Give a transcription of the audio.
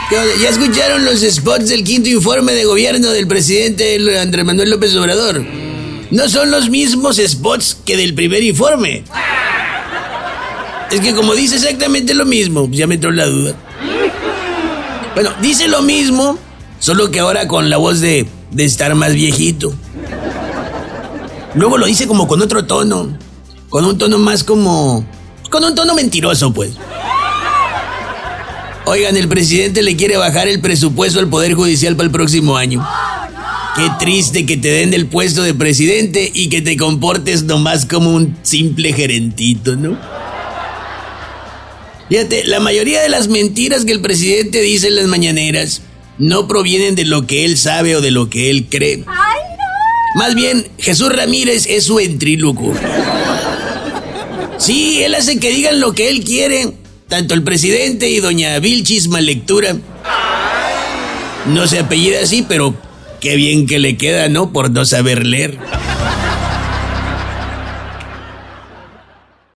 ¿Ya escucharon los spots del quinto informe de gobierno del presidente Andrés Manuel López Obrador? No son los mismos spots que del primer informe. Es que como dice exactamente lo mismo, ya me entró la duda. Bueno, dice lo mismo, solo que ahora con la voz de estar más viejito. Luego lo dice como con otro tono, con un tono más como... con un tono mentiroso, pues. Oigan, el presidente le quiere bajar el presupuesto al Poder Judicial para el próximo año. Qué triste que te den el puesto de presidente y que te comportes nomás como un simple gerentito, ¿no? Fíjate, la mayoría de las mentiras que el presidente dice en las mañaneras no provienen de lo que él sabe o de lo que él cree. ¡Ay, no! Más bien, Jesús Ramírez es su ventríloco. Sí, él hace que digan lo que él quiere, tanto el presidente y doña Vilchis Mallectura. No se apellida así, pero qué bien que le queda, ¿no? Por no saber leer.